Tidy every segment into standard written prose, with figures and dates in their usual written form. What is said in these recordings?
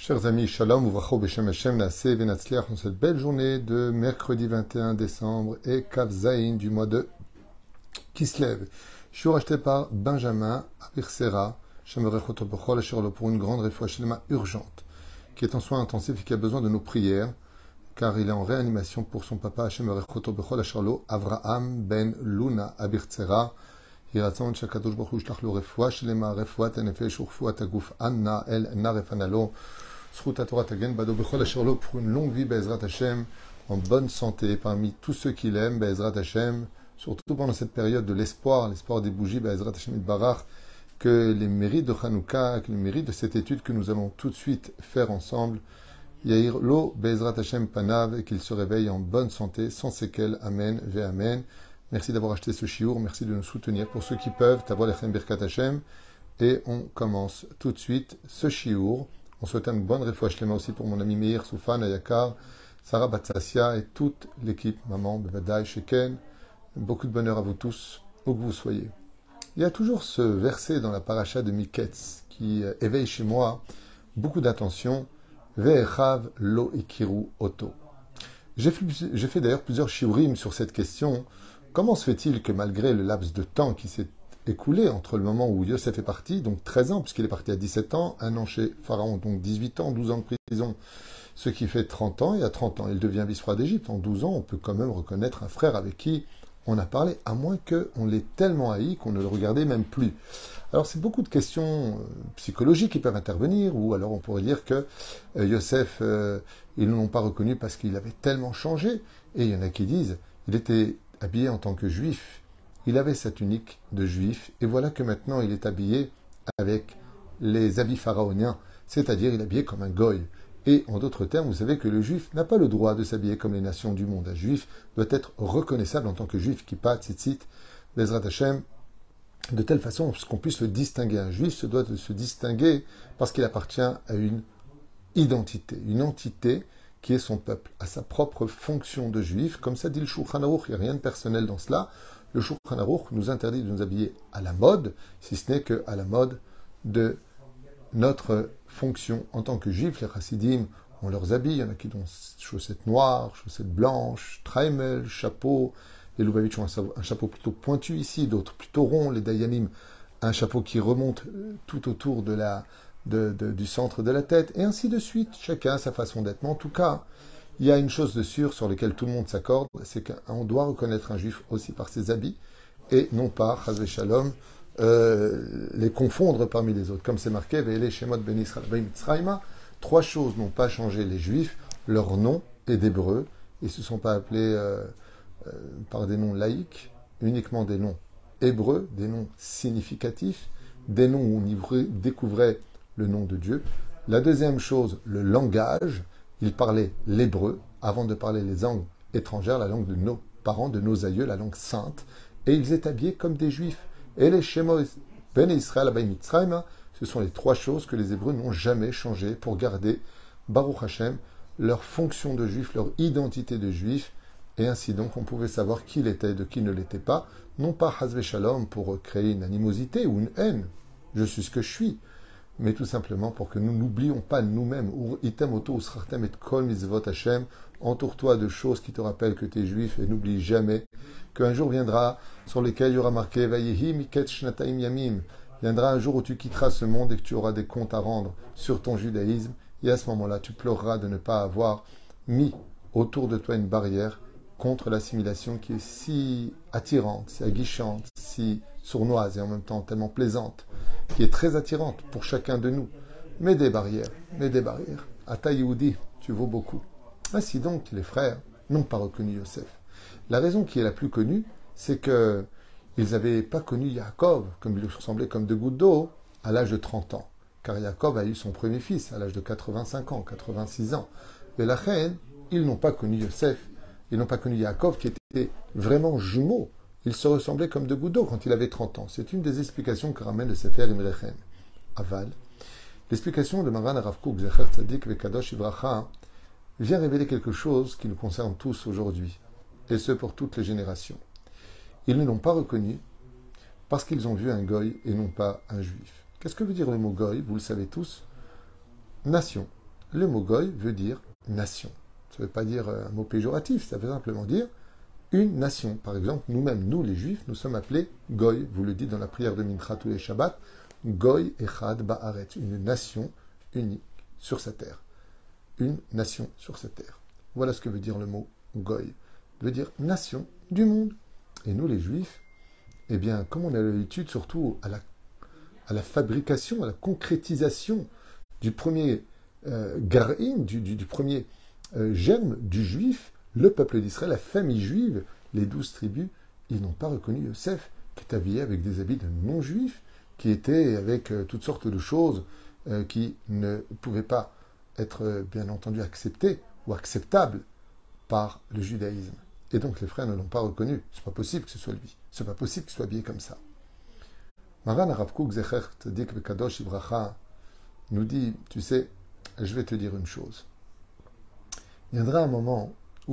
Chers amis, Shalom, Uvracho Beshem Hashem, Naaseh Venatzliach, dans cette belle journée de mercredi 21 décembre et Kav Zayin du mois de Kislev. Je suis racheté par Benjamin Abirsera, Shemerechot Bechol Asherlo, pour une grande réfoua shlema urgente, qui est en soins intensifs et qui a besoin de nos prières, car il est en réanimation pour son papa, Shemerechot Bechol Asherlo, Avraham Ben Luna Abirsera. Yiratzon Shakadosh Baruch Hu yishlach lo réfoua shlema, réfouat hanefesh urfouat haguf anna el narefanalo. Srut Torah Tagen Bado Bechol Asherlo, pour une longue vie, Be'ezrat Hashem, en bonne santé, parmi tous ceux qui l'aiment, Be'ezrat Hashem, surtout pendant cette période de l'espoir des bougies, Be'ezrat Hashem Itbarach, que les mérites de Hanouka, que les mérites de cette étude que nous allons tout de suite faire ensemble, Yair Lo Be'ezrat Hashem Panav, et qu'il se réveille en bonne santé, sans séquelles, Amen, Ve Amen. Merci d'avoir acheté ce chiour, merci de nous soutenir. Pour ceux qui peuvent, Tavol Echem Birkat Hashem, et on commence tout de suite ce chiour. On souhaite une bonne réfoua shlema aussi pour mon ami Meir, Soufan, Ayakar, Sarah Batsassia et toute l'équipe, Maman, Bevadai, Sheken. Beaucoup de bonheur à vous tous, où que vous soyez. Il y a toujours ce verset dans la paracha de Miketz qui éveille chez moi beaucoup d'attention. Ve'echav lo ikiru oto. J'ai fait d'ailleurs plusieurs shiurim sur cette question. Comment se fait-il que malgré le laps de temps qui s'est écoulé entre le moment où Yosef est parti, donc 13 ans, puisqu'il est parti à 17 ans, un an chez Pharaon, donc 18 ans, 12 ans de prison, ce qui fait 30 ans, et à 30 ans, il devient vice-roi d'Égypte. En 12 ans, on peut quand même reconnaître un frère avec qui on a parlé, à moins qu'on l'ait tellement haï qu'on ne le regardait même plus. Alors, c'est beaucoup de questions psychologiques qui peuvent intervenir, ou alors on pourrait dire que Yosef, ils ne l'ont pas reconnu parce qu'il avait tellement changé, et il y en a qui disent, il était habillé en tant que juif, il avait sa tunique de juif, et voilà que maintenant il est habillé avec les habits pharaoniens, c'est-à-dire il est habillé comme un goy. Et en d'autres termes, vous savez que le juif n'a pas le droit de s'habiller comme les nations du monde. Un juif doit être reconnaissable en tant que juif, kippa, tzitzit, Bezrat Hashem, de telle façon qu'on puisse le distinguer. Un juif se doit de se distinguer parce qu'il appartient à une entité qui est son peuple, à sa propre fonction de juif. Comme ça dit le Shulchan Aruch, il n'y a rien de personnel dans cela. Le Shulchan Aruch nous interdit de nous habiller à la mode, si ce n'est qu'à la mode de notre fonction en tant que juifs. Les chassidim ont leurs habits, il y en a qui ont chaussettes noires, chaussettes blanches, traimel, chapeau. Les Lubavitch ont un chapeau plutôt pointu ici, d'autres plutôt rond. Les Dayanim, un chapeau qui remonte tout autour du centre de la tête, et ainsi de suite. Chacun a sa façon d'être. Mais en tout cas, il y a une chose de sûre sur laquelle tout le monde s'accorde, c'est qu'on doit reconnaître un juif aussi par ses habits, et non pas, chas v'shalom, les confondre parmi les autres. Comme c'est marqué, Ve'ele Shemot Ben Israël Mitzrayma, trois choses n'ont pas changé les juifs, leur nom est d'hébreu, ils ne se sont pas appelés par des noms laïques, uniquement des noms hébreux, des noms significatifs, des noms où on y découvrait le nom de Dieu. La deuxième chose, le langage. Ils parlaient l'hébreu avant de parler les langues étrangères, la langue de nos parents, de nos aïeux, la langue sainte. Et ils étaient habillés comme des juifs. Et les Shemo Ben Israël Abay Mitzrayim, ce sont les trois choses que les Hébreux n'ont jamais changé pour garder, Baruch Hashem, leur fonction de juif, leur identité de juif. Et ainsi donc, on pouvait savoir qui il était et de qui ne l'était pas. Non pas Hazve Shalom pour créer une animosité ou une haine. Je suis ce que je suis. Mais tout simplement pour que nous n'oublions pas nous-mêmes. Entoure-toi de choses qui te rappellent que tu es juif, et n'oublie jamais qu'un jour viendra sur lequel il y aura marqué Vayehi Miket Shnataim Yamim. Viendra un jour où tu quitteras ce monde et que tu auras des comptes à rendre sur ton judaïsme, et à ce moment-là tu pleureras de ne pas avoir mis autour de toi une barrière contre l'assimilation qui est si attirante, si aguichante, si sournoise et en même temps tellement plaisante, qui est très attirante pour chacun de nous. Mais des barrières. Ata Yehudi, tu vaux beaucoup. Ainsi donc, les frères n'ont pas reconnu Yosef. La raison qui est la plus connue, c'est qu'ils n'avaient pas connu Yaakov, comme il lui ressemblait comme deux gouttes d'eau, à l'âge de 30 ans. Car Yaakov a eu son premier fils à l'âge de 85 ans, 86 ans. Et la reine, ils n'ont pas connu Yosef. Ils n'ont pas connu Yaakov, qui était vraiment jumeau. Il se ressemblait comme deux gouttes d'eau quand il avait 30 ans. C'est une des explications que ramène le Sefer Imrechem. Aval. L'explication de Maran Rav Kook, Zecher Tzadik Vekadosh Ivracha, vient révéler quelque chose qui nous concerne tous aujourd'hui, et ce pour toutes les générations. Ils ne l'ont pas reconnu parce qu'ils ont vu un goy et non pas un juif. Qu'est-ce que veut dire le mot goy? Vous le savez tous. Nation. Le mot goy veut dire nation. Ça ne veut pas dire un mot péjoratif, ça veut simplement dire une nation. Par exemple, nous-mêmes, nous les juifs, nous sommes appelés goy. Vous le dites dans la prière de Mincha tous les Shabbats, goy echad ba'aretz, une nation unique sur sa terre. Une nation sur sa terre. Voilà ce que veut dire le mot goy. Veut dire nation du monde. Et nous les juifs, eh bien, comme on a l'habitude surtout à la fabrication, à la concrétisation du premier garin, du premier germe du juif, le peuple d'Israël, la famille juive, les 12 tribus, ils n'ont pas reconnu Yosef, qui est habillé avec des habits de non-juifs, qui était avec toutes sortes de choses qui ne pouvaient pas être, bien entendu, acceptées ou acceptables par le judaïsme. Et donc les frères ne l'ont pas reconnu. C'est pas possible que ce soit lui. C'est pas possible qu'il soit habillé comme ça. Maran Arav Kook Zecher Tzadik Vekadosh Ibracha nous dit, tu sais, je vais te dire une chose. Il viendra un moment où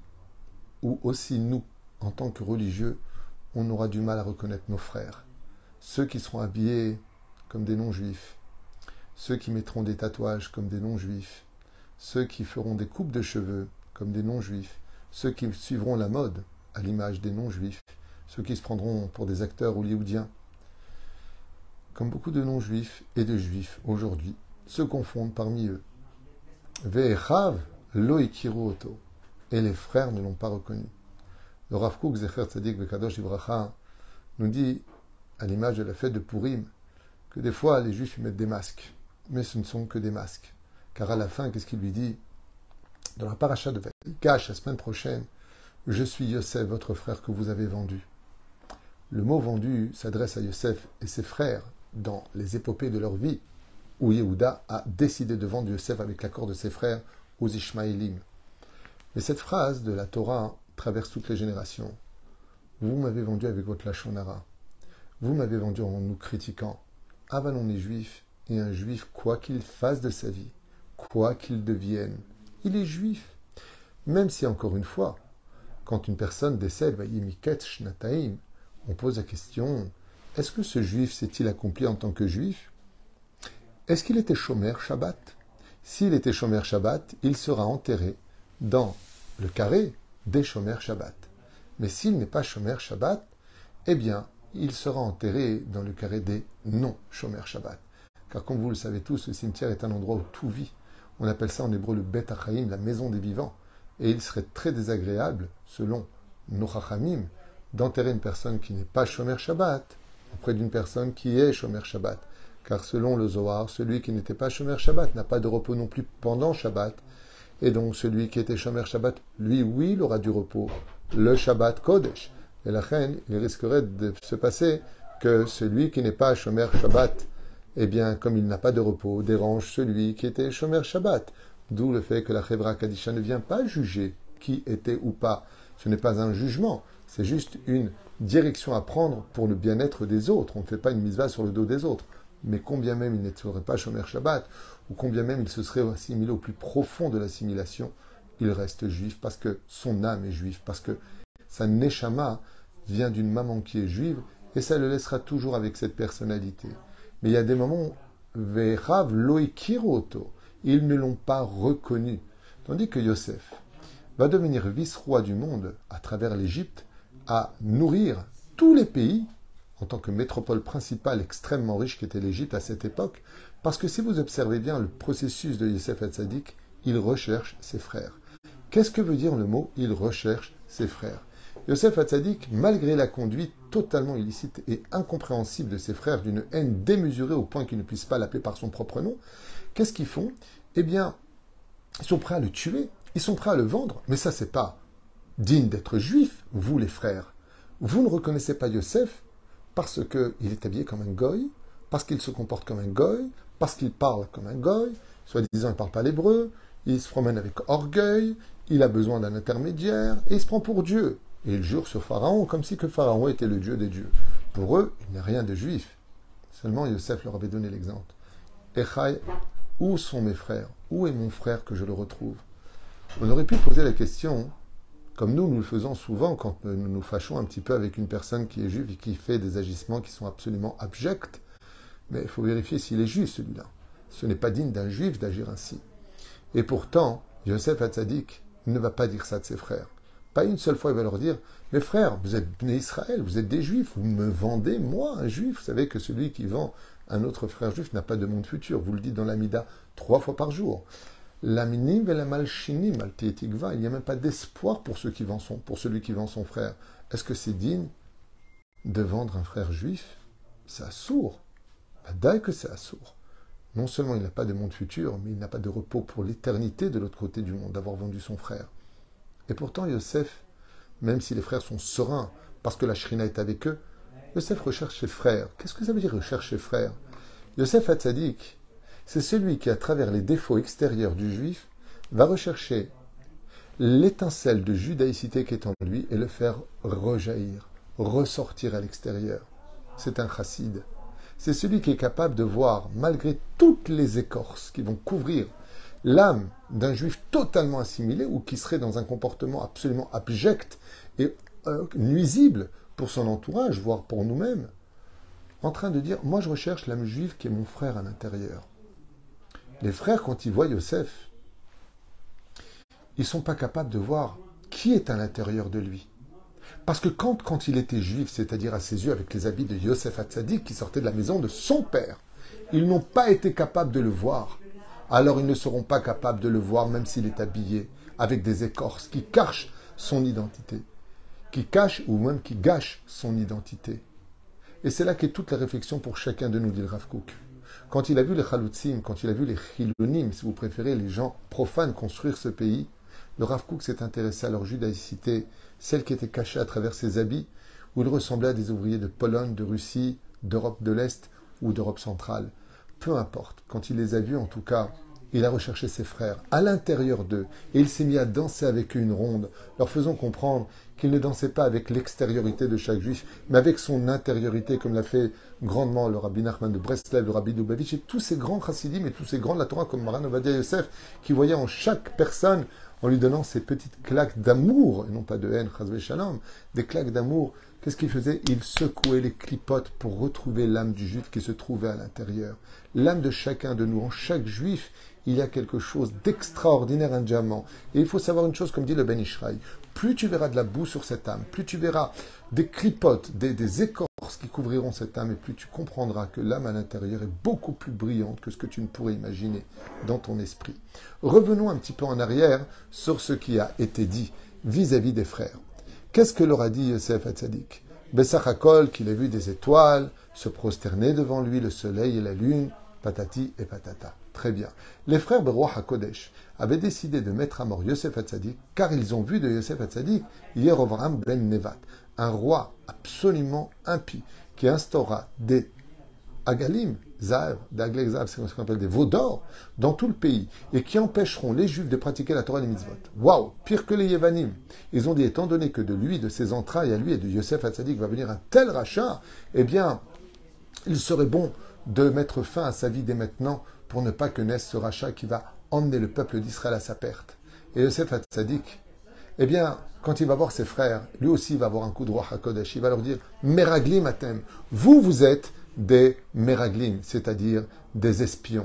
aussi nous, en tant que religieux, on aura du mal à reconnaître nos frères. Ceux qui seront habillés comme des non-juifs, ceux qui mettront des tatouages comme des non-juifs, ceux qui feront des coupes de cheveux comme des non-juifs, ceux qui suivront la mode à l'image des non-juifs, ceux qui se prendront pour des acteurs hollywoodiens. Comme beaucoup de non-juifs et de juifs aujourd'hui se confondent parmi eux. Ve'echav lo ikiru oto. Et les frères ne l'ont pas reconnu. Le Rav Kook Zecher Tzadik Vekadosh Ibracha nous dit, à l'image de la fête de Purim, que des fois les juifs mettent des masques, mais ce ne sont que des masques. Car à la fin, qu'est-ce qu'il lui dit? Dans la paracha de Vaïgash, la semaine prochaine, je suis Yosef, votre frère que vous avez vendu. Le mot vendu s'adresse à Yosef et ses frères dans les épopées de leur vie, où Yehuda a décidé de vendre Yosef avec l'accord de ses frères aux Ishmaélim. Mais cette phrase de la Torah traverse toutes les générations. Vous m'avez vendu avec votre lachon hara. Vous m'avez vendu en nous critiquant. Avalon les juifs, et un juif, quoi qu'il fasse de sa vie, quoi qu'il devienne, il est juif. Même si, encore une fois, quand une personne décède, on pose la question, est-ce que ce juif s'est-il accompli en tant que juif? Est-ce qu'il était Shomer Shabbat? S'il était Shomer Shabbat, il sera enterré dans le carré des Shomer Shabbat. Mais s'il n'est pas Shomer Shabbat, eh bien, il sera enterré dans le carré des non-Shomer Shabbat. Car comme vous le savez tous, le cimetière est un endroit où tout vit. On appelle ça en hébreu le Bet Achaim, la maison des vivants. Et il serait très désagréable, selon nos Chachamim, d'enterrer une personne qui n'est pas Shomer Shabbat auprès d'une personne qui est Shomer Shabbat. Car selon le Zohar, celui qui n'était pas Shomer Shabbat n'a pas de repos non plus pendant Shabbat. Et donc celui qui était Shomer Shabbat, lui, oui, il aura du repos. Le Shabbat Kodesh. Et la reine, il risquerait de se passer que celui qui n'est pas Shomer Shabbat, eh bien, comme il n'a pas de repos, dérange celui qui était Shomer Shabbat. D'où le fait que la Chevra Kadisha ne vient pas juger qui était ou pas. Ce n'est pas un jugement, c'est juste une direction à prendre pour le bien-être des autres. On ne fait pas une mitzvah sur le dos des autres. Mais combien même il ne serait pas Shomer Shabbat, ou combien même il se serait assimilé au plus profond de l'assimilation, il reste juif parce que son âme est juive, parce que sa neshama vient d'une maman qui est juive, et ça le laissera toujours avec cette personnalité. Mais il y a des moments, Ve'chav lo ikiru oto, ils ne l'ont pas reconnu. Tandis que Yosef va devenir vice-roi du monde à travers l'Égypte, à nourrir tous les pays, en tant que métropole principale extrêmement riche qu'était l'Égypte à cette époque, parce que si vous observez bien le processus de Yosef Hatzadik, il recherche ses frères. Qu'est-ce que veut dire le mot « il recherche ses frères » Yosef Hatzadik, malgré la conduite totalement illicite et incompréhensible de ses frères, d'une haine démesurée au point qu'ils ne puissent pas l'appeler par son propre nom, qu'est-ce qu'ils font? Eh bien, ils sont prêts à le tuer, ils sont prêts à le vendre, mais ça, c'est pas digne d'être juif, vous les frères. Vous ne reconnaissez pas Yosef parce qu'il est habillé comme un goy, parce qu'il se comporte comme un goy, parce qu'il parle comme un goy, soi-disant il ne parle pas l'hébreu, il se promène avec orgueil, il a besoin d'un intermédiaire, et il se prend pour Dieu. Et il jure sur Pharaon comme si que Pharaon était le Dieu des dieux. Pour eux, il n'y a rien de juif. Seulement Yosef leur avait donné l'exemple. Echai, où sont mes frères? Où est mon frère que je le retrouve? On aurait pu poser la question, comme nous le faisons souvent quand nous nous fâchons un petit peu avec une personne qui est juive et qui fait des agissements qui sont absolument abjects. Mais il faut vérifier s'il est juif celui-là. Ce n'est pas digne d'un juif d'agir ainsi. Et pourtant, Yosef Hatzadik ne va pas dire ça de ses frères. Pas une seule fois, il va leur dire, mes frères, vous êtes Bnei Israël, vous êtes des juifs, vous me vendez, moi, un juif. Vous savez que celui qui vend un autre frère juif n'a pas de monde futur. Vous le dites dans l'Amida 3 fois par jour. L'aminim et la malchinim, al-tietikva, il n'y a même pas d'espoir pour celui qui vend son frère. Est-ce que c'est digne de vendre un frère juif? C'est assourd. Badaï que c'est assourd. Non seulement il n'a pas de monde futur, mais il n'a pas de repos pour l'éternité de l'autre côté du monde, d'avoir vendu son frère. Et pourtant, Yosef, même si les frères sont sereins, parce que la Shrina est avec eux, Yosef recherche ses frères. Qu'est-ce que ça veut dire recherche ses frères? Yosef Hatzadik, c'est celui qui, à travers les défauts extérieurs du juif, va rechercher l'étincelle de judaïcité qui est en lui et le faire rejaillir, ressortir à l'extérieur. C'est un chassid. C'est celui qui est capable de voir, malgré toutes les écorces qui vont couvrir l'âme d'un juif totalement assimilé ou qui serait dans un comportement absolument abject et nuisible pour son entourage, voire pour nous-mêmes, en train de dire, moi je recherche l'âme juive qui est mon frère à l'intérieur. Les frères, quand ils voient Yosef, ils ne sont pas capables de voir qui est à l'intérieur de lui. Parce que quand il était juif, c'est-à-dire à ses yeux avec les habits de Yosef Hatzadik qui sortait de la maison de son père, ils n'ont pas été capables de le voir. Alors ils ne seront pas capables de le voir même s'il est habillé avec des écorces qui cachent son identité, qui cachent ou même qui gâchent son identité. Et c'est là qu'est toute la réflexion pour chacun de nous, dit le Rav Kook. Quand il a vu les Chalutzim, quand il a vu les Chilonim, si vous préférez, les gens profanes construire ce pays, le Rav Kook s'est intéressé à leur judaïcité, celle qui était cachée à travers ses habits, où ils ressemblaient à des ouvriers de Pologne, de Russie, d'Europe de l'Est ou d'Europe centrale. Peu importe, quand il les a vus, en tout cas, il a recherché ses frères à l'intérieur d'eux et il s'est mis à danser avec eux une ronde, leur faisant comprendre qu'il ne dansait pas avec l'extériorité de chaque juif, mais avec son intériorité, comme l'a fait grandement le rabbi Nachman de Breslev, le rabbi Lubavitch et tous ces grands chassidim et tous ces grands de la Torah comme Maran Ovadia Yosef, qui voyaient en chaque personne, en lui donnant ces petites claques d'amour, et non pas de haine, chas v'shalom, des claques d'amour. Qu'est-ce qu'il faisait? Il secouait les clipotes pour retrouver l'âme du juif qui se trouvait à l'intérieur. L'âme de chacun de nous, en chaque juif, il y a quelque chose d'extraordinaire, un diamant. Et il faut savoir une chose, comme dit le Ben Ishraï, plus tu verras de la boue sur cette âme, plus tu verras des clipotes, des écorces qui couvriront cette âme, et plus tu comprendras que l'âme à l'intérieur est beaucoup plus brillante que ce que tu ne pourrais imaginer dans ton esprit. Revenons un petit peu en arrière sur ce qui a été dit vis-à-vis des frères. Qu'est-ce que leur a dit Yosef Hatzadik? Bessach Hakol, qu'il a vu des étoiles se prosterner devant lui, le soleil et la lune, patati et patata. Très bien. Les frères Beroach HaKodesh avaient décidé de mettre à mort Yosef Hatzadik car ils ont vu de Yosef Hatzadik Yerovam ben Nevat, un roi absolument impie qui instaura des Agalim, Zav, d'Aglek Zav, c'est ce qu'on appelle des veaux d'or, dans tout le pays, et qui empêcheront les Juifs de pratiquer la Torah et les mitzvot. Waouh, pire que les Yevanim. Ils ont dit, étant donné que de lui, de ses entrailles à lui et de Yosef Hatzadik va venir un tel rachat, eh bien, il serait bon de mettre fin à sa vie dès maintenant pour ne pas que naisse ce rachat qui va emmener le peuple d'Israël à sa perte. Et Yosef Hatzadik, eh bien, quand il va voir ses frères, lui aussi il va avoir un coup de roi HaKodesh. Il va leur dire, Meraglim atem, vous êtes des Meraglim, c'est-à-dire des espions.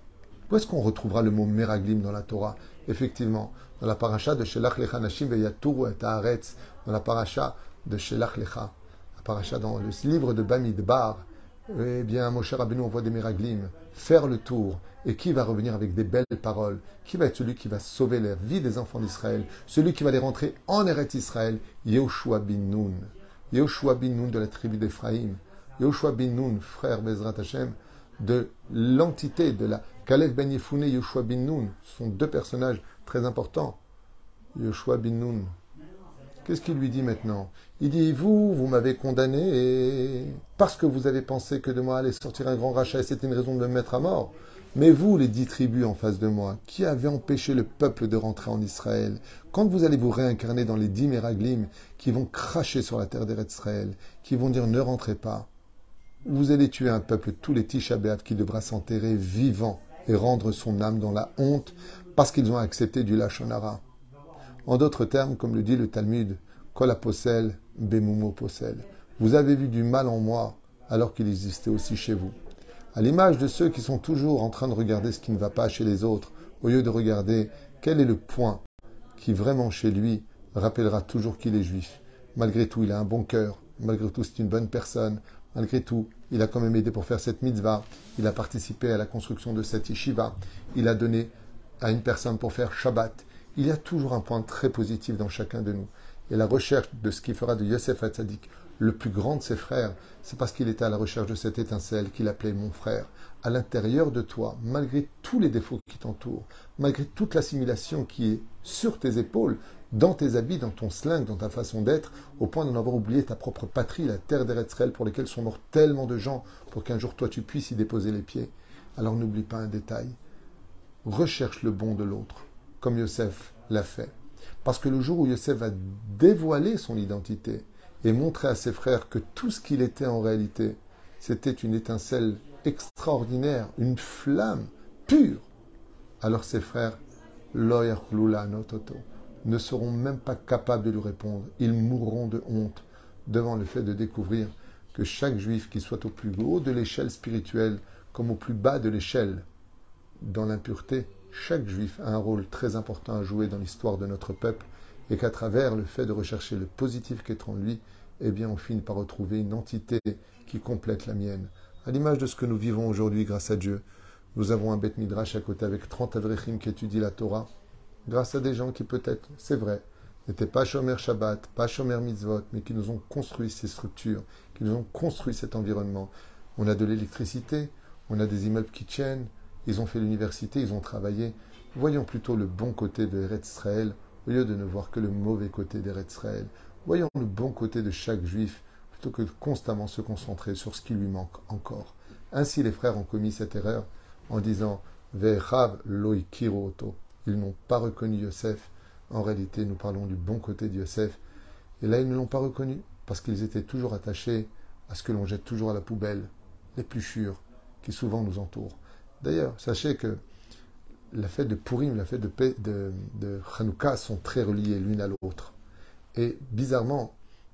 Où est-ce qu'on retrouvera le mot Meraglim dans la Torah? Effectivement, dans la paracha de Shelach Lecha Nashim Veyaturu et Haaretz, dans la paracha de Shelach Lecha, la paracha dans le livre de Bamidbar, eh bien, Moshe Rabbeinu envoie des Meraglim faire le tour. Et qui va revenir avec des belles paroles? Qui va être celui qui va sauver la vie des enfants d'Israël? Celui qui va les rentrer en Eretz Israël? Yehoshua bin Nun. Yehoshua bin Nun de la tribu d'Éphraïm. Yehoshua bin Nun, frère Bezrat Hashem, de l'entité de la Caleb ben Yefouné, Yehoshua bin Nun. Ce sont deux personnages très importants. Yehoshua bin Nun. Qu'est-ce qu'il lui dit maintenant? Il dit, vous m'avez condamné et parce que vous avez pensé que de moi allait sortir un grand rachat et c'était une raison de me mettre à mort. Mais vous, les 10 tribus en face de moi, qui avez empêché le peuple de rentrer en Israël, quand vous allez vous réincarner dans les 10 Meraglim qui vont cracher sur la terre d'Eretz Israël, qui vont dire ne rentrez pas, vous allez tuer un peuple, tous les Tisha B'Av, qui devra s'enterrer vivant et rendre son âme dans la honte parce qu'ils ont accepté du Lachon Hara. En d'autres termes, comme le dit le Talmud, Kol HaPosel, Bemumo Posel. Vous avez vu du mal en moi alors qu'il existait aussi chez vous. À l'image de ceux qui sont toujours en train de regarder ce qui ne va pas chez les autres au lieu de regarder quel est le point qui vraiment chez lui rappellera toujours qu'il est juif. Malgré tout, il a un bon cœur, malgré tout, c'est une bonne personne, malgré tout, il a quand même aidé pour faire cette mitzvah, il a participé à la construction de cette yeshiva, il a donné à une personne pour faire Shabbat. Il y a toujours un point très positif dans chacun de nous. Et la recherche de ce qui fera de Yosef Hatzadik le plus grand de ses frères, c'est parce qu'il était à la recherche de cette étincelle qu'il appelait mon frère. À l'intérieur de toi, malgré tous les défauts qui t'entourent, malgré toute l'assimilation qui est sur tes épaules, dans tes habits, dans ton sling, dans ta façon d'être, au point d'en avoir oublié ta propre patrie, la terre d'Eretz Israël, pour lesquelles sont morts tellement de gens, pour qu'un jour toi tu puisses y déposer les pieds. Alors n'oublie pas un détail. Recherche le bon de l'autre, comme Yosef l'a fait. Parce que le jour où Yosef va dévoiler son identité et montrer à ses frères que tout ce qu'il était en réalité, c'était une étincelle extraordinaire, une flamme pure, alors ses frères, ne seront même pas capables de lui répondre. Ils mourront de honte devant le fait de découvrir que chaque juif, qui soit au plus haut de l'échelle spirituelle comme au plus bas de l'échelle dans l'impureté, chaque juif a un rôle très important à jouer dans l'histoire de notre peuple et qu'à travers le fait de rechercher le positif qui est en lui, eh bien on finit par retrouver une entité qui complète la mienne. À l'image de ce que nous vivons aujourd'hui grâce à Dieu, nous avons un Beth Midrash à côté avec 30 Avrechim qui étudient la Torah, grâce à des gens qui peut-être, c'est vrai, n'étaient pas Shomer Shabbat, pas Shomer Mitzvot, mais qui nous ont construit ces structures, qui nous ont construit cet environnement. On a de l'électricité, on a des immeubles qui tiennent, ils ont fait l'université, ils ont travaillé. Voyons plutôt le bon côté de Eretz Israël, au lieu de ne voir que le mauvais côté d'Eretz Israël. Voyons le bon côté de chaque juif, plutôt que de constamment se concentrer sur ce qui lui manque encore. Ainsi, les frères ont commis cette erreur en disant « Ve'echav lo ikiru oto ». Ils n'ont pas reconnu Yosef. En réalité, nous parlons du bon côté de Yosef. Et là, ils ne l'ont pas reconnu parce qu'ils étaient toujours attachés à ce que l'on jette toujours à la poubelle, l'épluchure qui souvent nous entoure. D'ailleurs, sachez que la fête de Purim, la fête de Hanouka sont très reliées l'une à l'autre. Et bizarrement,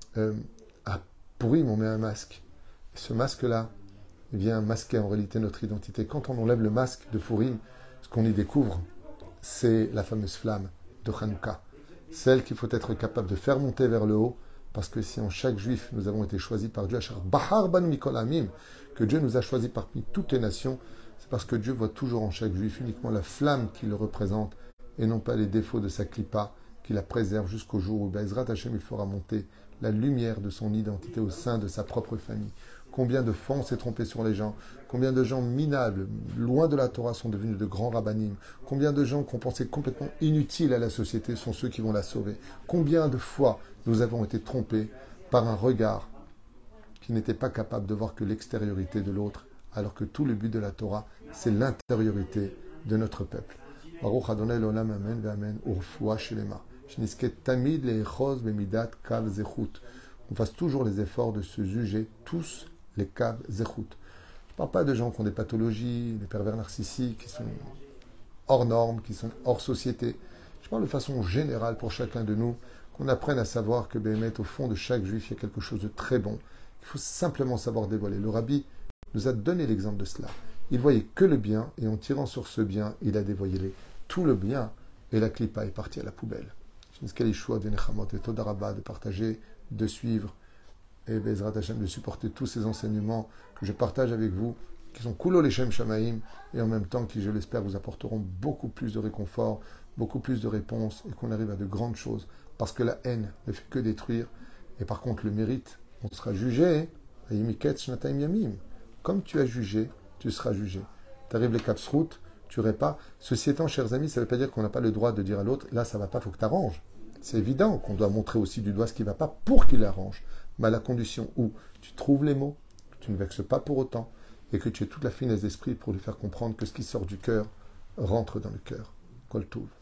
à Purim, on met un masque. Et ce masque-là vient masquer en réalité notre identité. Quand on enlève le masque de Purim, ce qu'on y découvre, c'est la fameuse flamme de Hanouka. Celle qu'il faut être capable de faire monter vers le haut, parce que si en chaque juif nous avons été choisis par Dieu, Bahar Banu Mikol Amim, que Dieu nous a choisis parmi toutes les nations, c'est parce que Dieu voit toujours en chaque juif uniquement la flamme qui le représente et non pas les défauts de sa clipa qui la préserve jusqu'au jour où Bezrat Hashem il fera monter la lumière de son identité au sein de sa propre famille. Combien de fois on s'est trompé sur les gens, combien de gens minables, loin de la Torah, sont devenus de grands rabbinim, combien de gens qu'on pensait complètement inutiles à la société sont ceux qui vont la sauver. Combien de fois nous avons été trompés par un regard qui n'était pas capable de voir que l'extériorité de l'autre, alors que tout le but de la Torah, c'est l'intériorité de notre peuple. Baruch Adonai l'olam amen ve'amen urfua shelema. Shnisket tamid le'echos bemidat kav zechut. On fasse toujours les efforts de se juger tous les kav zechut. Je ne parle pas de gens qui ont des pathologies, des pervers narcissiques, qui sont hors normes, qui sont hors société. Je parle de façon générale pour chacun de nous, qu'on apprenne à savoir que Béhémet, au fond de chaque juif, il y a quelque chose de très bon. Il faut simplement savoir dévoiler. Le rabbi nous a donné l'exemple de cela. Il voyait que le bien, et en tirant sur ce bien, il a dévoilé tout le bien, et la clipa est partie à la poubelle. Je de partager, de suivre, et Bezrat Hashem de supporter tous ces enseignements que je partage avec vous, qui sont Kulo Leshem Shamaim, et en même temps qui, je l'espère, vous apporteront beaucoup plus de réconfort, beaucoup plus de réponses, et qu'on arrive à de grandes choses, parce que la haine ne fait que détruire, et par contre le mérite, on sera jugé, comme tu as jugé, tu seras jugé. Tu arrives les Kapsrout, tu n'aurais pas. Ceci étant, chers amis, ça ne veut pas dire qu'on n'a pas le droit de dire à l'autre, là ça ne va pas, il faut que tu arranges. C'est évident qu'on doit montrer aussi du doigt ce qui ne va pas pour qu'il arrange. Mais à la condition où tu trouves les mots, que tu ne vexes pas pour autant, et que tu aies toute la finesse d'esprit pour lui faire comprendre que ce qui sort du cœur rentre dans le cœur. Kol Tov.